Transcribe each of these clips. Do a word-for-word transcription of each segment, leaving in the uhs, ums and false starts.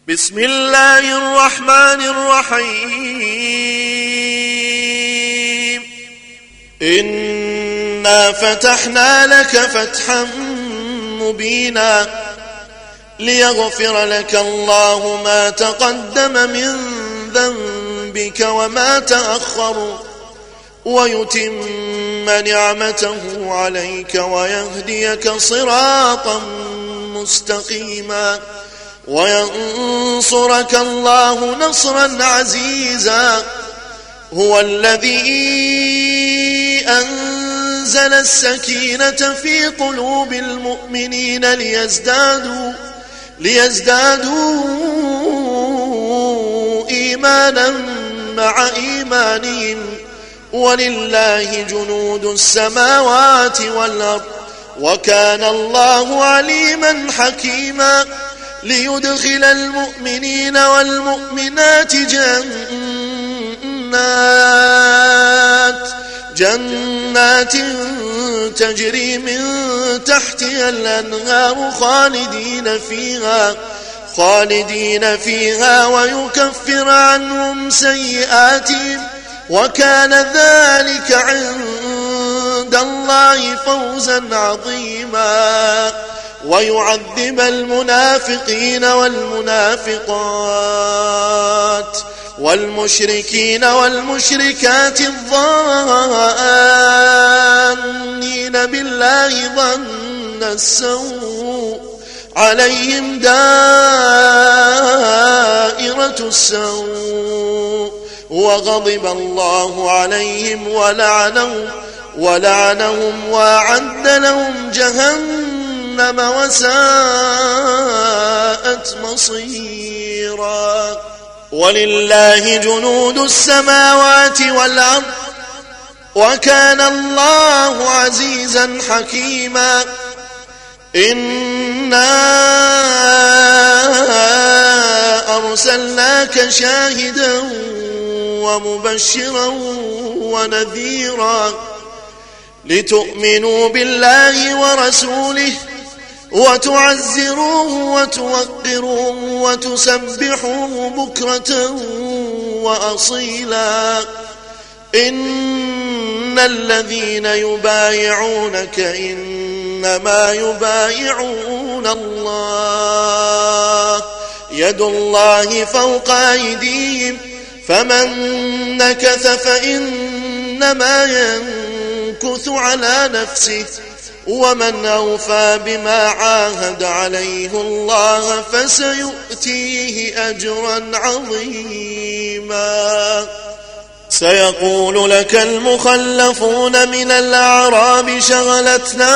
بسم الله الرحمن الرحيم إنا فتحنا لك فتحا مبينا ليغفر لك الله ما تقدم من ذنبك وما تأخر ويتم نعمته عليك ويهديك صراطا مستقيما وينصرك الله نصرا عزيزا هو الذي أنزل السكينة في قلوب المؤمنين ليزدادوا ليزدادوا إيمانا مع إيمانهم ولله جنود السماوات والأرض وكان الله عليما حكيما ليدخل المؤمنين والمؤمنات جنات جنات تجري من تحتها الأنهار خالدين فيها خالدين فيها ويكفر عنهم سيئاتهم وكان ذلك عند الله فوزا عظيما ويعذب المنافقين والمنافقات والمشركين والمشركات الظانين بالله ظن السوء عليهم دائرة السوء وغضب الله عليهم ولعنهم ولعنهم وأعد لهم جهنم وساءت مصيرا ولله جنود السماوات والأرض وكان الله عزيزا حكيما إنا أرسلناك شاهدا ومبشرا ونذيرا لتؤمنوا بالله ورسوله وتعزروه وتوقروه وتسبحوه بكرة وأصيلا إن الذين يبايعونك إنما يبايعون الله يد الله فوق أيديهم فمن نكث فإنما ينكث على نفسه ومن أوفى بما عاهد عليه الله فسيؤتيه أجرا عظيما سيقول لك المخلفون من الأعراب شغلتنا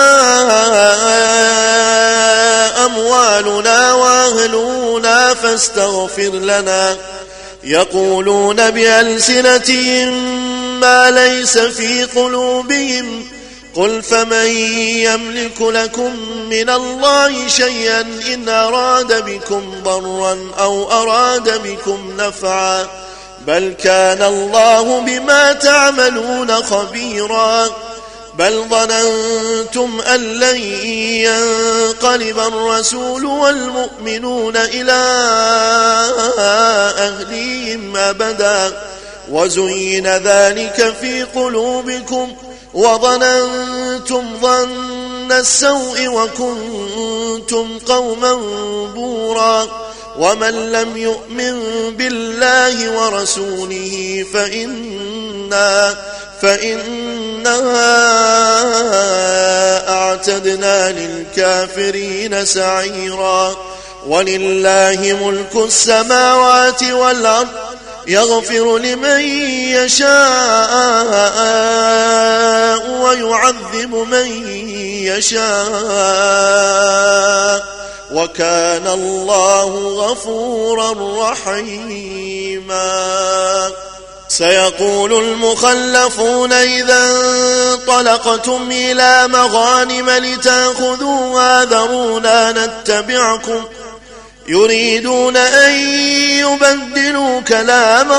أموالنا وأهلنا فاستغفر لنا يقولون بألسنتهم ما ليس في قلوبهم قل فمن يملك لكم من الله شيئا إن أراد بكم ضرا أو أراد بكم نفعا بل كان الله بما تعملون خبيرا بل ظننتم أن لن ينقلب الرسول والمؤمنون إلى أهليهم أبدا وزين ذلك في قلوبكم وظننتم ظن السوء وكنتم قوما بورا ومن لم يؤمن بالله ورسوله فإنا فإنا أعتدنا للكافرين سعيرا ولله ملك السماوات والأرض يغفر لمن يشاء ويعذب من يشاء وكان الله غفورا رحيما سيقول المخلفون إذا انطلقتم إلى مغانم لتأخذوها ذرونا نتبعكم يريدون أن يبدلوا كلام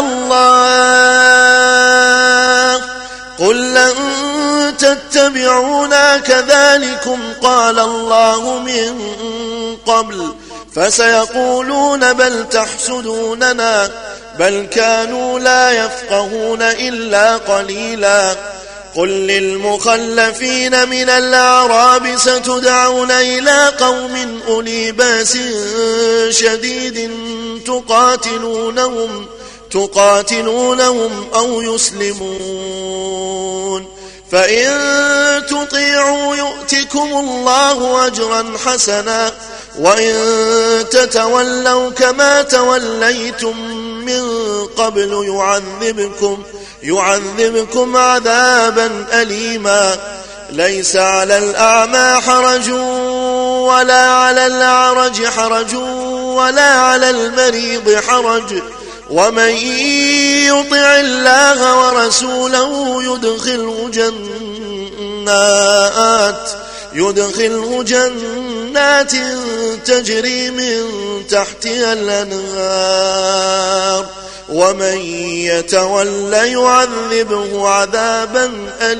الله قل لن تتبعونا كذلكم قال الله من قبل فسيقولون بل تحسدوننا بل كانوا لا يفقهون إلا قليلا. قل للمخلفين من الأعراب ستدعون إلى قوم أولي بأس شديد تقاتلونهم, تقاتلونهم أو يسلمون فإن تطيعوا يؤتكم الله أجرا حسنا وإن تتولوا كما توليتم من قبل يعذبكم, يعذبكم عذابا أليما. ليس على الأعمى حرج ولا على الأعرج حرج ولا على المريض حرج ومن يطع الله ورسوله يدخله جنات يدخله جنات تجري من تحتها الأنهار ومن يتولى يعذبه عذابا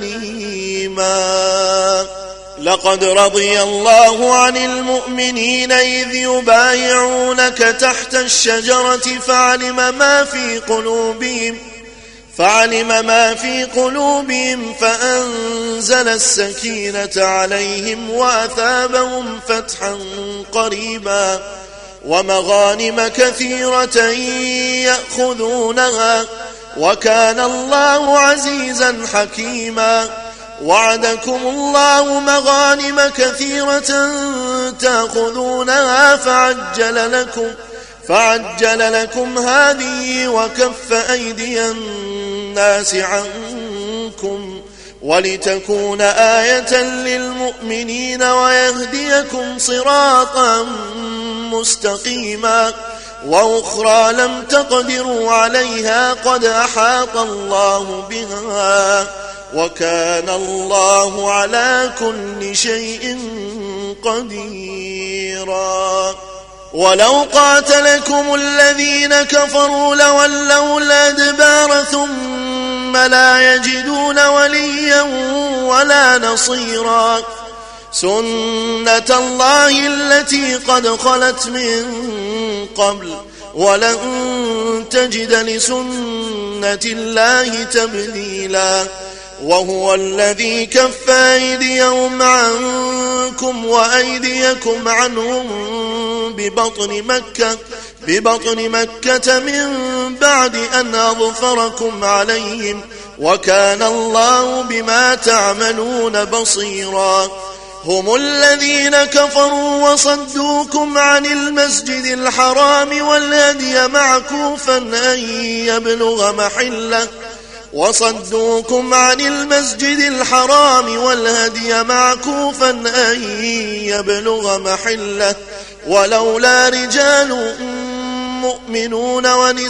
أليما. لقد رضي الله عن المؤمنين إذ يبايعونك تحت الشجرة فعلم ما في قلوبهم فعلم ما في قلوبهم فأنزل السكينة عليهم وأثابهم فتحا قريبا ومغانم كثيرة يأخذونها وكان الله عزيزا حكيما. وعدكم الله مغانم كثيرة تأخذونها فعجل لكم فعجل لكم هذه وكف أيدي الناس عنكم ولتكون آية للمؤمنين ويهديكم صراطا مستقيما. وأخرى لم تقدروا عليها قد أحاط الله بها وكان الله على كل شيء قديرا. ولو قاتلكم الذين كفروا لولوا الأدبار ثم لا يجدون وليا ولا نصيرا. سنة الله التي قد خلت من قبل ولن تجد لسنة الله تبديلا. وهو الذي كف أيديهم عنكم وأيديكم عنهم ببطن مكة, ببطن مكة من بعد أن أظفركم عليهم وكان الله بما تعملون بصيرا. هم الذين كفروا وصدوكم عن المسجد الحرام والهدي معكوفا أن يبلغ محله وصدوكم عن المسجد الحرام والهدي معكوفا أن يبلغ محله ولولا رجال مؤمنون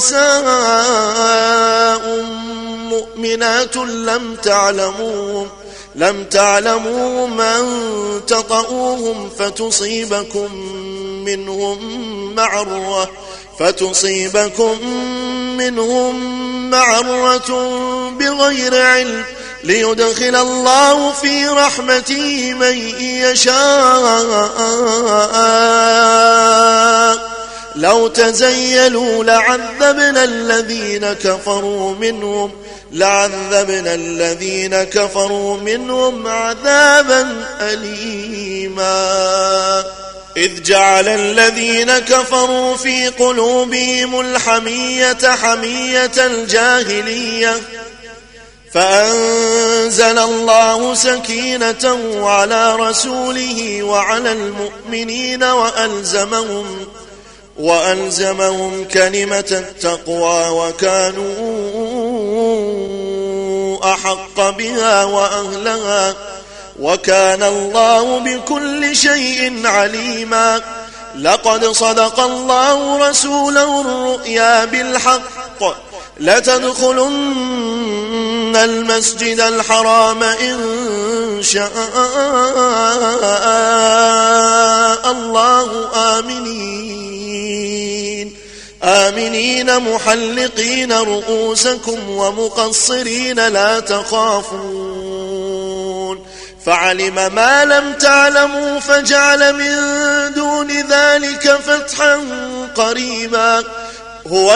ونساء مؤمنات لم تعلموهم لم تعلموهم أن تطؤوهم فتصيبكم منهم معرة فتصيبكم منهم معرة بغير علم ليدخل الله في رحمته من يشاء. لو تزيلوا لعذبنا الذين كفروا منهم لعذبنا الذين كفروا منهم عذابا أليما. إذ جعل الذين كفروا في قلوبهم الحمية حمية الجاهلية فأنزل الله سكينته على رسوله وعلى المؤمنين وألزمهم وألزمهم كلمة التقوى وكانوا أحق بها وأهلها وكان الله بكل شيء عليما. لقد صدق الله رسوله الرؤيا بالحق لتدخلن المسجد الحرام إن شاء الله آمنين آمنين محلقين رؤوسكم ومقصرين لا تخافون فعلم ما لم تعلموا فجعل من دون ذلك فتحا قريبا هو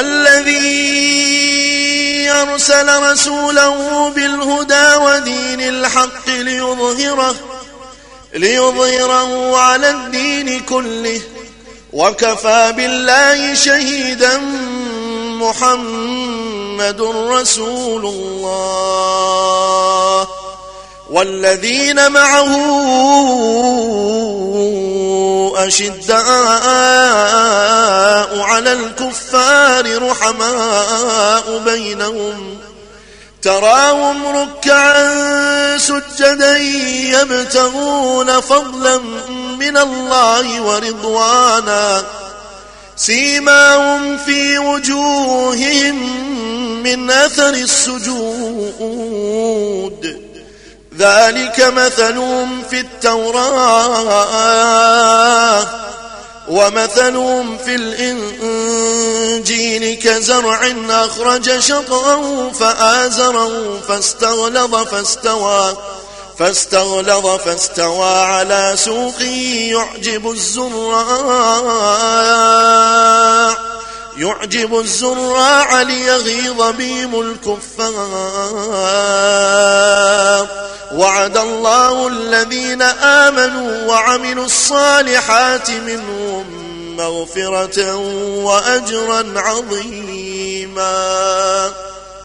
الذي أرسل رسوله بالهدى ودين الحق ليظهره, ليظهره على الدين كله وكفى بالله شهيدا محمد رسول الله والذين معه أشداء على الكفار رحماء بينهم تراهم ركعا سجدا يبتغون فضلا من الله ورضوانا سيماهم في وجوههم من أثر السجود ذلك مثلهم في التوراة ومثلهم في الإنجيل كزرع أخرج شطأه فآزره فاستغلظ فاستوى فاستغلظ فاستوى على سوقه يعجب الزراع يعجب الزراع ليغيظ بهم الكفار وعد الله الذين آمنوا وعملوا الصالحات منهم مغفرة وأجرا عظيما.